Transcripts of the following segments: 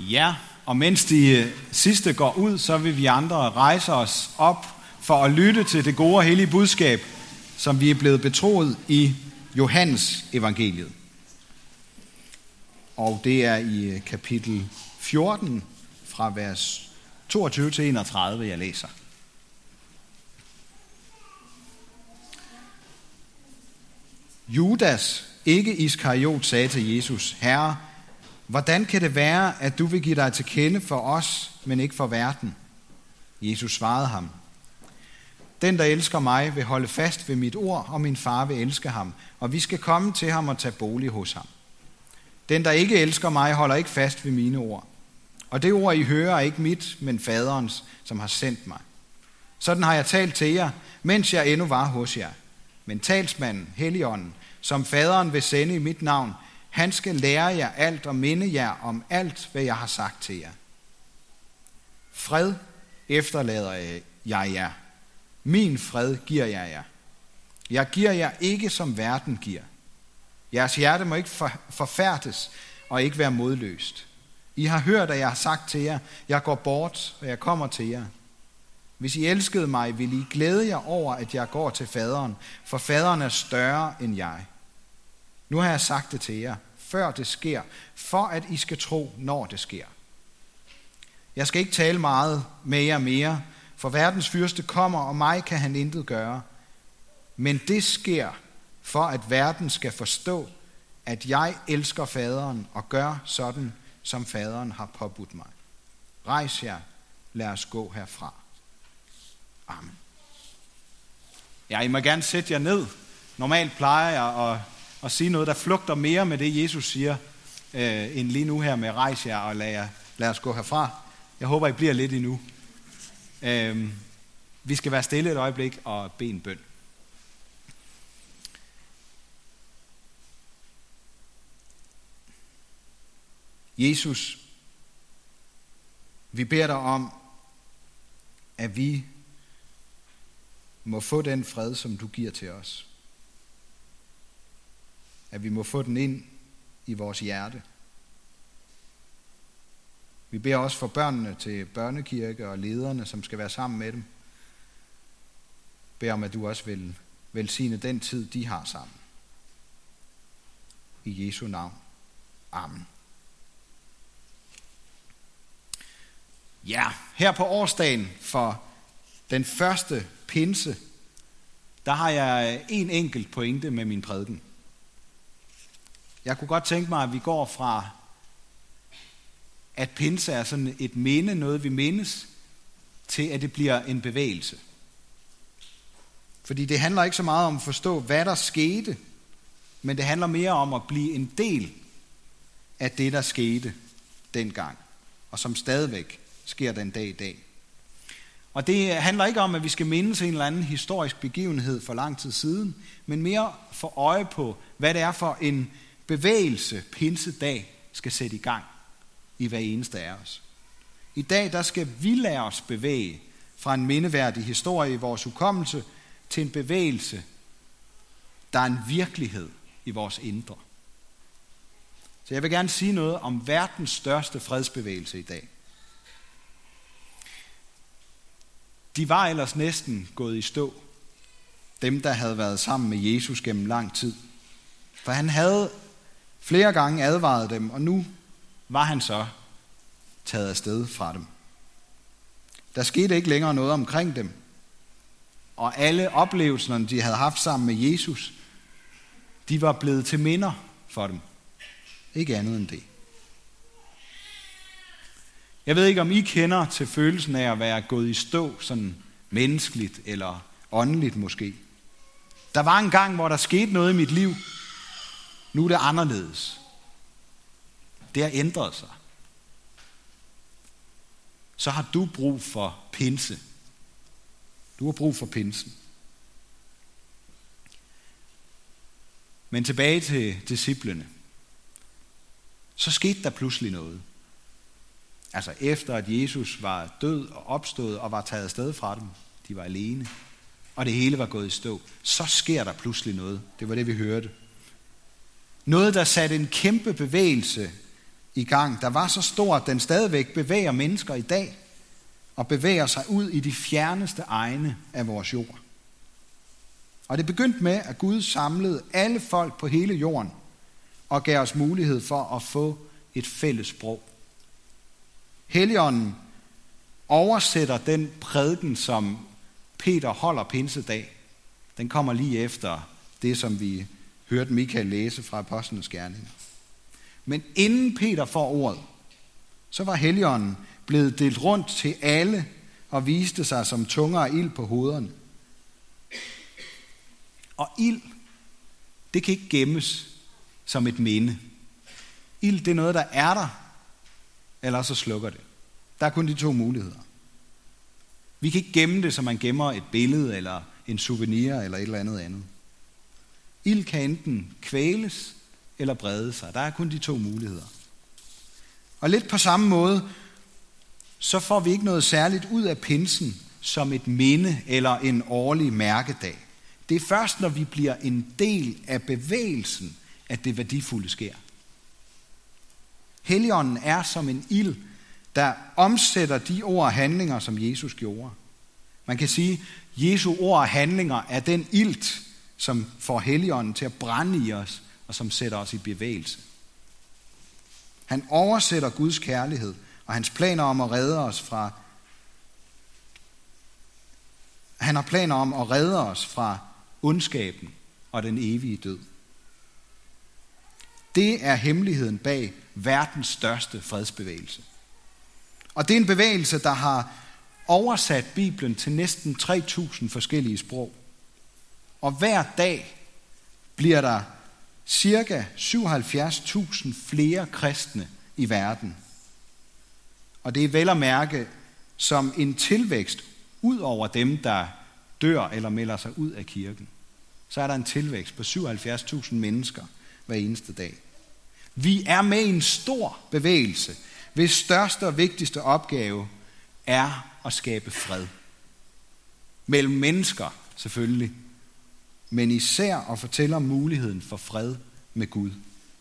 Ja, og mens de sidste går ud, så vil vi andre rejse os op for at lytte til det gode og hellige budskab, som vi er blevet betroet i Johannes evangeliet. Og det er i kapitel 14 fra vers 22 til 31, jeg læser. Judas, ikke Iskariot, sagde til Jesus: Herre, hvordan kan det være, at du vil give dig til kende for os, men ikke for verden? Jesus svarede ham: Den, der elsker mig, vil holde fast ved mit ord, og min far vil elske ham, og vi skal komme til ham og tage bolig hos ham. Den, der ikke elsker mig, holder ikke fast ved mine ord. Og det ord, I hører, er ikke mit, men faderens, som har sendt mig. Sådan har jeg talt til jer, mens jeg endnu var hos jer. Men talsmanden, Helligånden, som faderen vil sende i mit navn, han skal lære jer alt og minde jer om alt, hvad jeg har sagt til jer. Fred efterlader jeg jer. Min fred giver jeg jer. Jeg giver jer ikke, som verden giver. Jeres hjerte må ikke forfærdes og ikke være modløst. I har hørt, at jeg har sagt til jer: Jeg går bort, og jeg kommer til jer. Hvis I elskede mig, ville I glæde jer over, at jeg går til faderen, for faderen er større end jeg. Nu har jeg sagt det til jer, før det sker, for at I skal tro, når det sker. Jeg skal ikke tale meget med jer mere, for verdens fyrste kommer, og mig kan han intet gøre. Men det sker, for at verden skal forstå, at jeg elsker faderen og gør sådan, som faderen har påbudt mig. Rejs jer, lad os gå herfra. Amen. Ja, I må gerne sætte jer ned. Normalt plejer jeg at sige noget, der flugter mere med det, Jesus siger, end lige nu her med rejs jer og lad os gå herfra. Jeg håber, I bliver lidt endnu. Vi skal være stille et øjeblik og bede en bøn. Jesus, vi beder dig om, at vi må få den fred, som du giver til os. At vi må få den ind i vores hjerte. Vi beder også for børnene til børnekirke og lederne, som skal være sammen med dem. Beder om, at du også vil velsigne den tid, de har sammen. I Jesu navn. Amen. Ja, her på årsdagen for den første pinse, der har jeg en enkelt pointe med min prædiken. Jeg kunne godt tænke mig, at vi går fra, at pinse er sådan et minde, noget vi mindes, til at det bliver en bevægelse. Fordi det handler ikke så meget om at forstå, hvad der skete, men det handler mere om at blive en del af det, der skete dengang, og som stadigvæk sker den dag i dag. Og det handler ikke om, at vi skal mindes en eller anden historisk begivenhed for lang tid siden, men mere få øje på, hvad det er for en bevægelse, pinsedag skal sætte i gang i hver eneste af os. I dag, der skal vi lade os bevæge fra en mindeværdig historie i vores hukommelse til en bevægelse, der er en virkelighed i vores indre. Så jeg vil gerne sige noget om verdens største fredsbevægelse i dag. De var ellers næsten gået i stå, dem der havde været sammen med Jesus gennem lang tid. For han havde flere gange advaret dem, og nu var han så taget afsted fra dem. Der skete ikke længere noget omkring dem, og alle oplevelserne, de havde haft sammen med Jesus, de var blevet til minder for dem. Ikke andet end det. Jeg ved ikke, om I kender til følelsen af at være gået i stå, sådan menneskeligt eller åndeligt måske. Der var en gang, hvor der skete noget i mit liv. Nu er det anderledes. Det har ændret sig. Så har du brug for pinse. Du har brug for pinsen. Men tilbage til disciplene. Så skete der pludselig noget. Altså efter at Jesus var død og opstået og var taget afsted fra dem, de var alene, og det hele var gået i stå, så sker der pludselig noget. Det var det, vi hørte. Noget, der satte en kæmpe bevægelse i gang, der var så stor, at den stadigvæk bevæger mennesker i dag, og bevæger sig ud i de fjerneste egne af vores jord. Og det begyndte med, at Gud samlede alle folk på hele jorden, og gav os mulighed for at få et fælles sprog. Helligånden oversætter den prædiken, som Peter holder pinsedag. Den kommer lige efter det, som vi hørte Michael læse fra Apostlenes Gerninger. Men inden Peter får ordet, så var Helligånden blevet delt rundt til alle og viste sig som tunger af ild på hovederne. Og ild, det kan ikke gemmes som et minde. Ild, det er noget, der er der, eller så slukker det. Der er kun de to muligheder. Vi kan ikke gemme det, som man gemmer et billede, eller en souvenir, eller et eller andet. Ild kan enten kvæles, eller brede sig. Der er kun de to muligheder. Og lidt på samme måde, så får vi ikke noget særligt ud af pinsen, som et minde, eller en årlig mærkedag. Det er først, når vi bliver en del af bevægelsen, at det værdifulde sker. Helligånden er som en ild, der omsætter de ord og handlinger, som Jesus gjorde. Man kan sige, at Jesu ord og handlinger er den ilt, som får Helligånden til at brænde i os, og som sætter os i bevægelse. Han oversætter Guds kærlighed, og hans planer om at redde os fra Han har planer om at redde os fra ondskaben og den evige død. Det er hemmeligheden bag verdens største fredsbevægelse. Og det er en bevægelse, der har oversat Bibelen til næsten 3.000 forskellige sprog. Og hver dag bliver der cirka 77.000 flere kristne i verden. Og det er vel at mærke som en tilvækst ud over dem, der dør eller melder sig ud af kirken. Så er der en tilvækst på 77.000 mennesker hver eneste dag. Vi er med i en stor bevægelse, hvis største og vigtigste opgave er at skabe fred. Mellem mennesker selvfølgelig, men især at fortælle om muligheden for fred med Gud.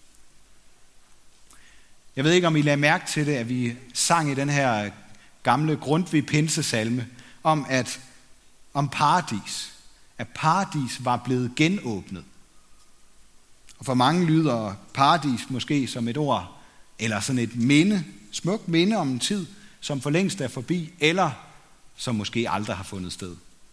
Jeg ved ikke, om I lagde mærke til det, at vi sang i den her gamle Grundtvig pinsesalme om paradis. At paradis var blevet genåbnet. Og for mange lyder paradis måske som et ord, eller sådan et minde, smukt minde om en tid, som for længst er forbi, eller som måske aldrig har fundet sted.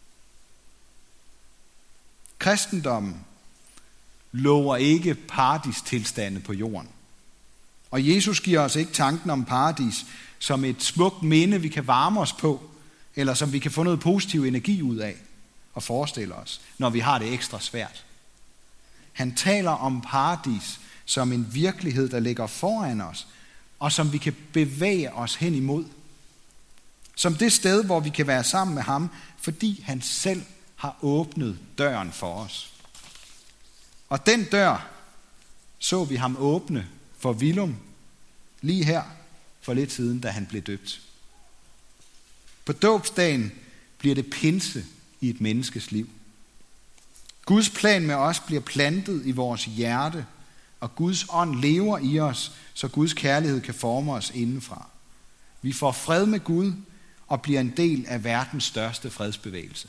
Kristendommen lover ikke paradistilstande på jorden. Og Jesus giver os ikke tanken om paradis som et smukt minde, vi kan varme os på, eller som vi kan få noget positiv energi ud af og forestille os, når vi har det ekstra svært. Han taler om paradis som en virkelighed, der ligger foran os, og som vi kan bevæge os hen imod. Som det sted, hvor vi kan være sammen med ham, fordi han selv har åbnet døren for os. Og den dør så vi ham åbne for Willum lige her for lidt siden, da han blev døbt. På dåbsdagen bliver det pinse i et menneskes liv. Guds plan med os bliver plantet i vores hjerte, og Guds ånd lever i os, så Guds kærlighed kan forme os indenfra. Vi får fred med Gud og bliver en del af verdens største fredsbevægelse.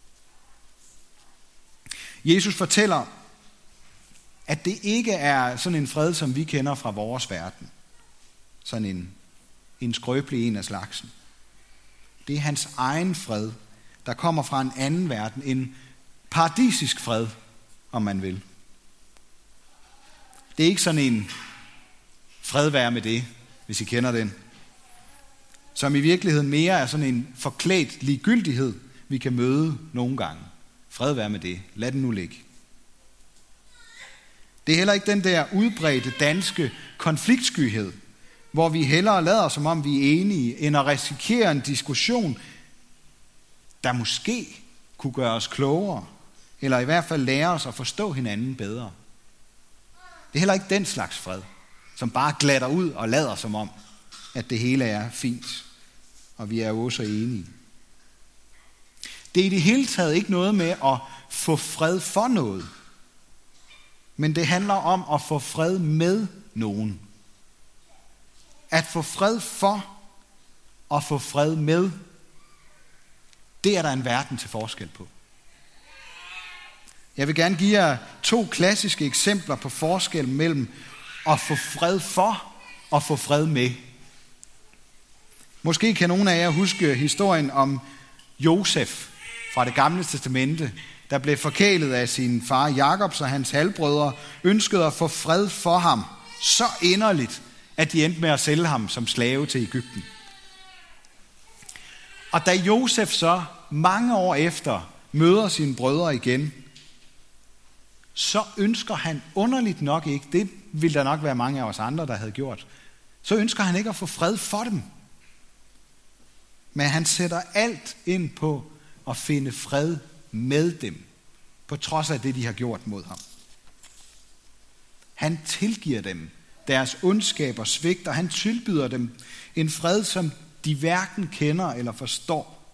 Jesus fortæller, at det ikke er sådan en fred, som vi kender fra vores verden. Sådan en skrøbelig en af slagsen. Det er hans egen fred, der kommer fra en anden verden, en paradisisk fred, om man vil. Det er ikke sådan en fred være med det, hvis I kender den, som i virkeligheden mere er sådan en forklædt ligegyldighed, vi kan møde nogle gange. Fred være med det. Lad den nu ligge. Det er heller ikke den der udbredte danske konfliktskyhed, hvor vi hellere lader, som om vi er enige, end at risikere en diskussion, der måske kunne gøre os klogere, eller i hvert fald lære os at forstå hinanden bedre. Det er heller ikke den slags fred, som bare glatter ud og lader som om, at det hele er fint, og vi er jo så enige. Det er i det hele taget ikke noget med at få fred for noget, men det handler om at få fred med nogen. at få fred for og få fred med, det er der en verden til forskel på. Jeg vil gerne give jer 2 klassiske eksempler på forskel mellem at få fred for og få fred med. Måske kan nogle af jer huske historien om Josef fra det gamle testamente, der blev forkælet af sin far Jakob, så hans halvbrødre ønskede at få fred for ham så inderligt, at de endte med at sælge ham som slave til Egypten. Og da Josef så mange år efter møder sine brødre igen, så ønsker han underligt nok ikke, det ville der nok være mange af os andre, der havde gjort, så ønsker han ikke at få fred for dem. Men han sætter alt ind på at finde fred med dem, på trods af det, de har gjort mod ham. Han tilgiver dem deres ondskab og svigt, og han tilbyder dem en fred, som de hverken kender eller forstår.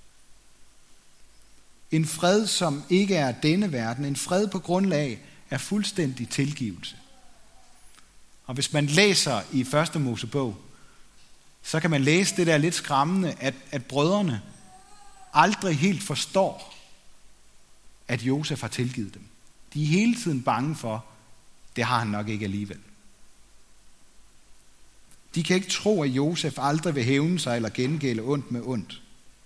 En fred, som ikke er denne verden, en fred på grundlag af fuldstændig tilgivelse. Og hvis man læser i 1. Mosebog, så kan man læse det der lidt skræmmende, at brødrene aldrig helt forstår, at Josef har tilgivet dem. De er hele tiden bange for, det har han nok ikke alligevel. De kan ikke tro, at Josef aldrig vil hævne sig eller gengælde ondt med ondt.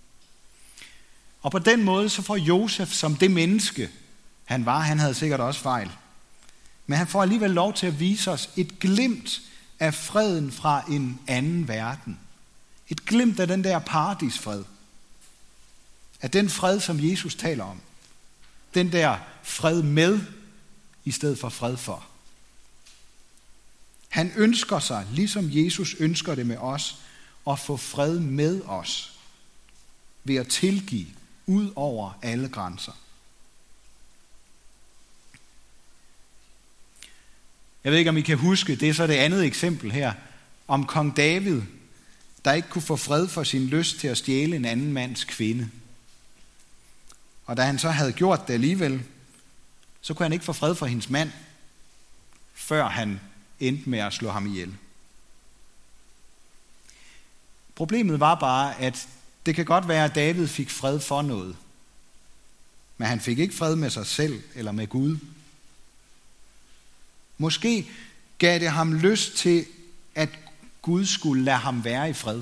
Og på den måde så får Josef som det menneske, han var, han havde sikkert også fejl, men han får alligevel lov til at vise os et glimt af freden fra en anden verden. Et glimt af den der paradisfred. Af den fred, som Jesus taler om. Den der fred med, i stedet for fred for. Han ønsker sig, ligesom Jesus ønsker det med os, at få fred med os. Ved at tilgive ud over alle grænser. Jeg ved ikke, om I kan huske, det er så det andet eksempel her, om kong David, der ikke kunne få fred for sin lyst til at stjæle en anden mands kvinde. Og da han så havde gjort det alligevel, så kunne han ikke få fred for hendes mand, før han endte med at slå ham ihjel. Problemet var bare, at det kan godt være, at David fik fred for noget, men han fik ikke fred med sig selv eller med Gud. Måske gav det ham lyst til, at Gud skulle lade ham være i fred.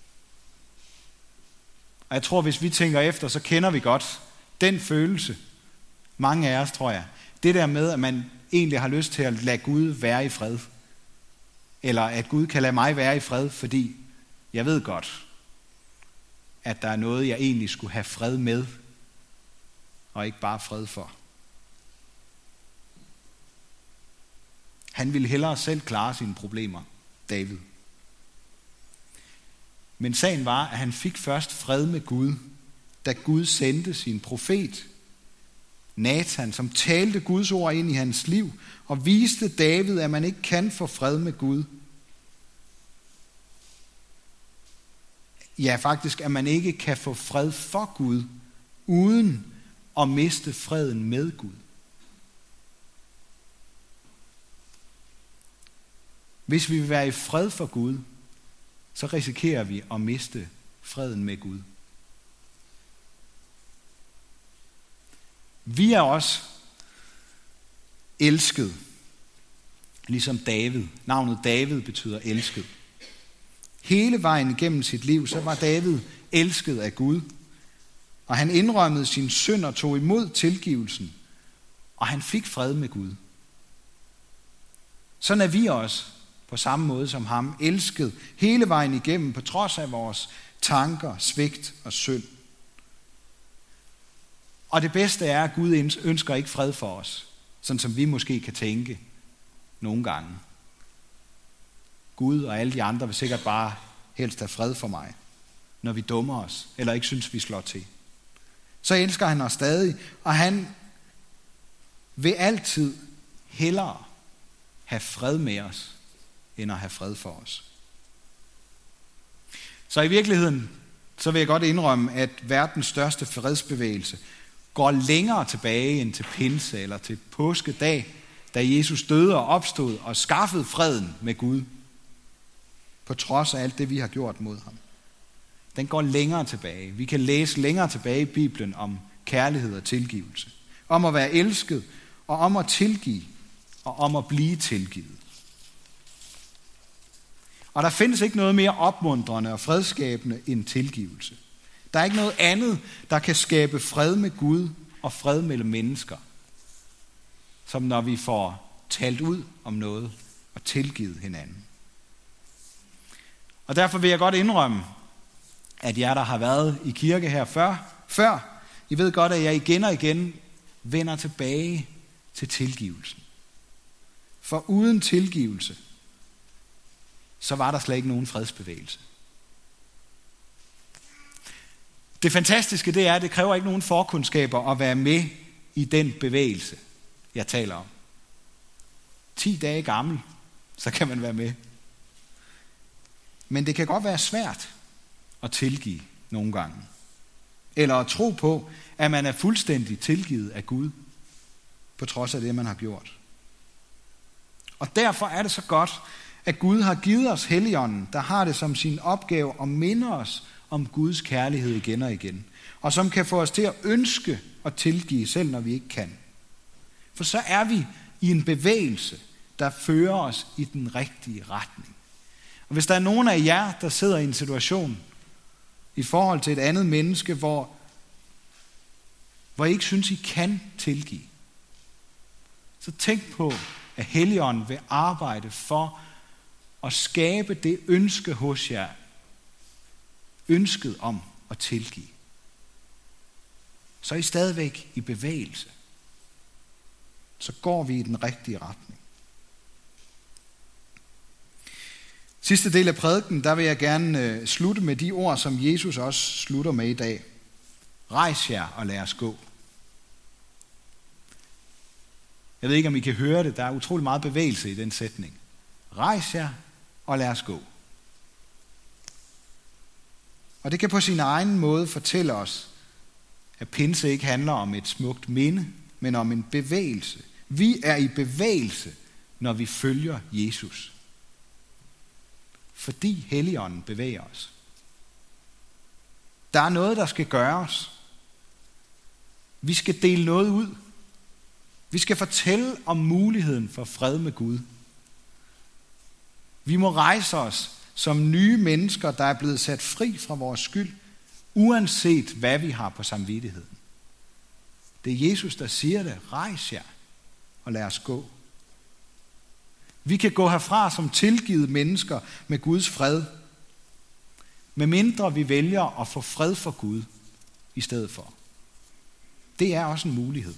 Og jeg tror, hvis vi tænker efter, så kender vi godt den følelse. Mange af os, tror jeg. Det der med, at man egentlig har lyst til at lade Gud være i fred. Eller at Gud kan lade mig være i fred, fordi jeg ved godt, at der er noget, jeg egentlig skulle have fred med, og ikke bare fred for. Han ville hellere selv klare sine problemer, David. Men sagen var, at han fik først fred med Gud, da Gud sendte sin profet, Nathan, som talte Guds ord ind i hans liv, og viste David, at man ikke kan få fred med Gud. Ja, faktisk, at man ikke kan få fred for Gud, uden at miste freden med Gud. Hvis vi vil være i fred for Gud, så risikerer vi at miste freden med Gud. Vi er også elsket, ligesom David. Navnet David betyder elsket. Hele vejen igennem sit liv, så var David elsket af Gud. Og han indrømmede sin synd og tog imod tilgivelsen. Og han fik fred med Gud. Sådan er vi også på samme måde som ham elsket hele vejen igennem, på trods af vores tanker, svigt og synd. Og det bedste er, at Gud ønsker ikke fred for os, sådan som vi måske kan tænke nogle gange. Gud og alle de andre vil sikkert bare helst have fred for mig, når vi dummer os, eller ikke synes, vi slår til. Så elsker han os stadig, og han vil altid hellere have fred med os, end at have fred for os. Så i virkeligheden, så vil jeg godt indrømme, at verdens største fredsbevægelse går længere tilbage end til pinse eller til påskedag, da Jesus døde og opstod og skaffede freden med Gud. på trods af alt det, vi har gjort mod ham. Den går længere tilbage. Vi kan læse længere tilbage i Bibelen om kærlighed og tilgivelse. Om at være elsket, og om at tilgive, og om at blive tilgivet. Og der findes ikke noget mere opmuntrende og fredskabende end tilgivelse. Der er ikke noget andet, der kan skabe fred med Gud og fred mellem mennesker, som når vi får talt ud om noget og tilgivet hinanden. Og derfor vil jeg godt indrømme, at jer, der har været i kirke her før, I ved godt, at jeg igen og igen vender tilbage til tilgivelsen. For uden tilgivelse, så var der slet ikke nogen fredsbevægelse. Det fantastiske, det er, at det kræver ikke nogen forkundskaber at være med i den bevægelse, jeg taler om. 10 dage gammel, så kan man være med. Men det kan godt være svært at tilgive nogle gange. Eller at tro på, at man er fuldstændig tilgivet af Gud, på trods af det, man har gjort. Og derfor er det så godt, at Gud har givet os Helligånden, der har det som sin opgave at minde os om Guds kærlighed igen og igen. Og som kan få os til at ønske at tilgive, selv når vi ikke kan. For så er vi i en bevægelse, der fører os i den rigtige retning. Og hvis der er nogen af jer, der sidder i en situation i forhold til et andet menneske, hvor I ikke synes, I kan tilgive, så tænk på, at Helligånden vil arbejde for at skabe det ønske hos jer, ønsket om at tilgive. Så er I stadigvæk i bevægelse. Så går vi i den rigtige retning. Sidste del af prædiken, der vil jeg gerne slutte med de ord, som Jesus også slutter med i dag. Rejs jer og lad os gå. Jeg ved ikke, om I kan høre det. Der er utrolig meget bevægelse i den sætning. Rejs jer og lad os gå. Og det kan på sin egen måde fortælle os, at pinse ikke handler om et smukt minde, men om en bevægelse. Vi er i bevægelse, når vi følger Jesus. Fordi Helligånden bevæger os. Der er noget, der skal gøres. Vi skal dele noget ud. Vi skal fortælle om muligheden for fred med Gud. Vi må rejse os som nye mennesker, der er blevet sat fri fra vores skyld, uanset hvad vi har på samvittigheden. Det er Jesus, der siger det. Rejs jer og lad os gå. Vi kan gå herfra som tilgivet mennesker med Guds fred, medmindre vi vælger at få fred for Gud i stedet for. Det er også en mulighed.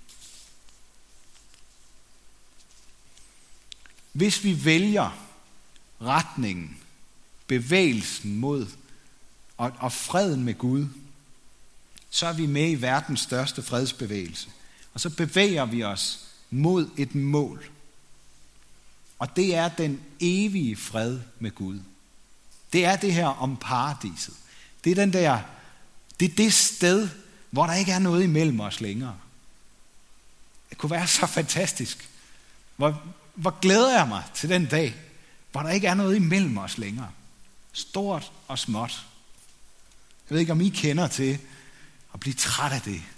Hvis vi vælger retningen, bevægelsen mod og freden med Gud, så er vi med i verdens største fredsbevægelse. Og så bevæger vi os mod et mål. Og det er den evige fred med Gud. Det er det her om paradiset. Det er det sted, hvor der ikke er noget imellem os længere. Det kunne være så fantastisk. Hvor glæder jeg mig til den dag, hvor der ikke er noget imellem os længere. Stort og småt. Jeg ved ikke, om I kender til at blive træt af det.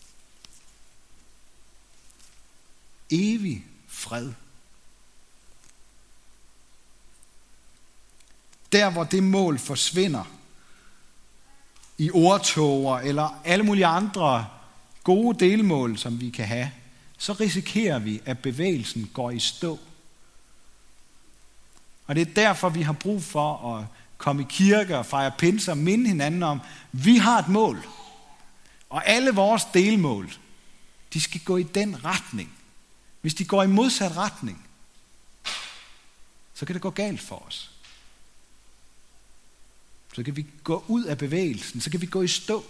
Evig fred. Der, hvor det mål forsvinder i ordtoger eller alle mulige andre gode delmål, som vi kan have, så risikerer vi, at bevægelsen går i stå. Og det er derfor, vi har brug for at komme i kirke og fejre pinse og minde hinanden om, vi har et mål. Og alle vores delmål, de skal gå i den retning. Hvis de går i modsat retning, så kan det gå galt for os. Så kan vi gå ud af bevægelsen, så kan vi gå i stå.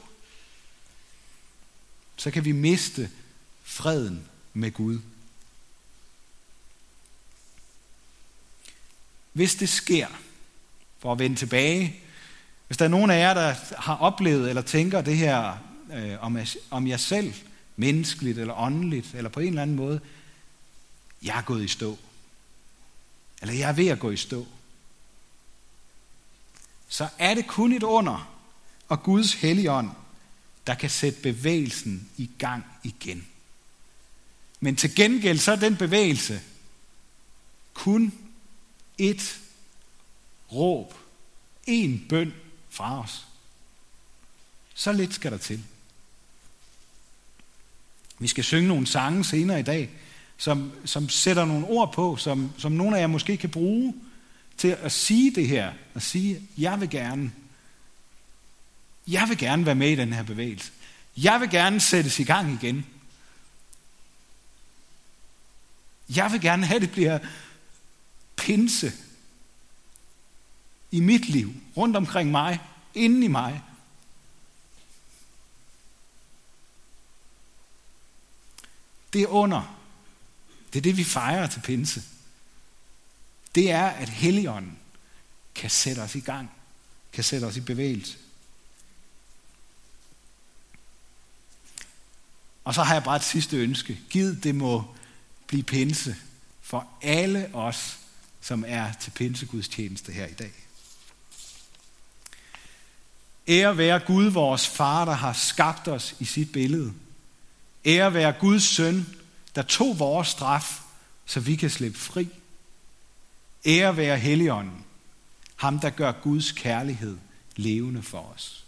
Så kan vi miste freden med Gud. Hvis det sker, for at vende tilbage, hvis der er nogen af jer, der har oplevet eller tænker det her om jer selv, menneskeligt eller åndeligt, eller på en eller anden måde, jeg er gået i stå. Eller jeg er ved at gå i stå. så er det kun et under og Guds Helligånd, der kan sætte bevægelsen i gang igen. Men til gengæld så er den bevægelse kun et råb, en bøn fra os. Så lidt skal der til. Vi skal synge nogle sange senere i dag, som sætter nogle ord på, som nogle af jer måske kan bruge til at sige det her, og sige, jeg vil gerne være med i den her bevægelse. Jeg vil gerne sættes i gang igen. Jeg vil gerne have, at det bliver pinse i mit liv, rundt omkring mig, inde i mig. Det er det vi fejrer til pinse. Det er, at Helligånden kan sætte os i gang, kan sætte os i bevægelse. Og så har jeg bare et sidste ønske. Gid det må blive pinse for alle os, som er til pinsegudstjeneste her i dag. Ære være Gud, vores far, der har skabt os i sit billede. Ære være Guds søn, der tog vores straf, så vi kan slippe fri. Ære være Helligånden, ham der gør Guds kærlighed levende for os.